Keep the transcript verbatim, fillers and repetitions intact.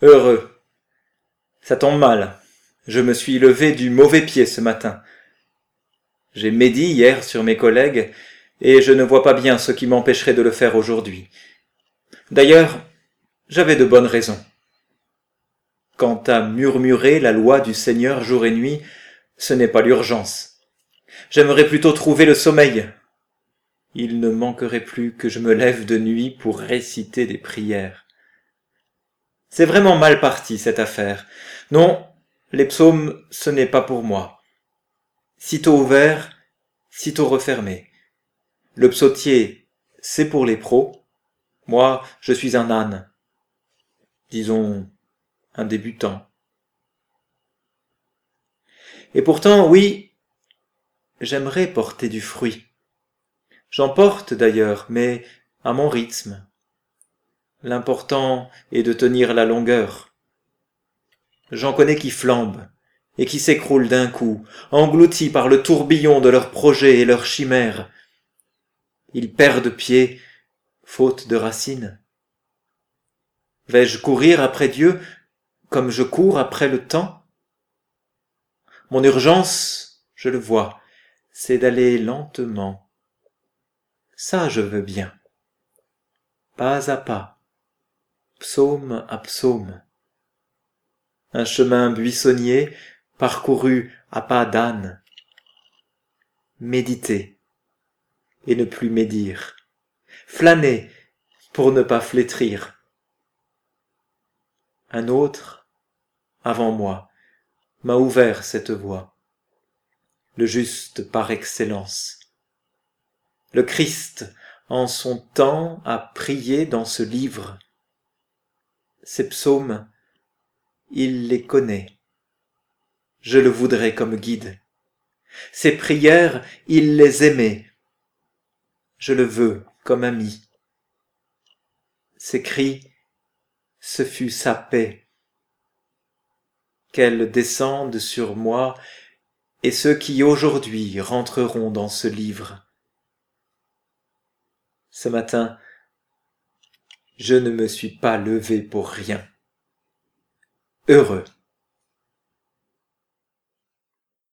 Heureux. Ça tombe mal. Je me suis levé du mauvais pied ce matin. J'ai médit hier sur mes collègues, et je ne vois pas bien ce qui m'empêcherait de le faire aujourd'hui. D'ailleurs, j'avais de bonnes raisons. Quant à murmurer la loi du Seigneur jour et nuit, ce n'est pas l'urgence. J'aimerais plutôt trouver le sommeil. Il ne manquerait plus que je me lève de nuit pour réciter des prières. C'est vraiment mal parti, cette affaire. Non, les psaumes, ce n'est pas pour moi. Sitôt ouvert, sitôt refermé. Le psautier, c'est pour les pros. Moi, je suis un âne. Disons, un débutant. Et pourtant, oui, j'aimerais porter du fruit. J'en porte d'ailleurs, mais à mon rythme. L'important est de tenir la longueur. J'en connais qui flambent et qui s'écroulent d'un coup, engloutis par le tourbillon de leurs projets et leurs chimères. Ils perdent pied, faute de racines. Vais-je courir après Dieu comme je cours après le temps? Mon urgence, je le vois, c'est d'aller lentement. Ça, je veux bien. Pas à pas, psaume à psaume. Un chemin buissonnier parcouru à pas d'âne. Méditer et ne plus médire. Flâner pour ne pas flétrir. Un autre, avant moi, m'a ouvert cette voie. Le juste par excellence. Le Christ, en son temps, a prié dans ce livre. Ces psaumes, il les connaît. Je le voudrais comme guide. Ces prières, il les aimait. Je le veux comme ami. Ces cris, ce fut sa paix. Qu'elle descende sur moi et ceux qui aujourd'hui rentreront dans ce livre. Ce matin, je ne me suis pas levé pour rien. Heureux.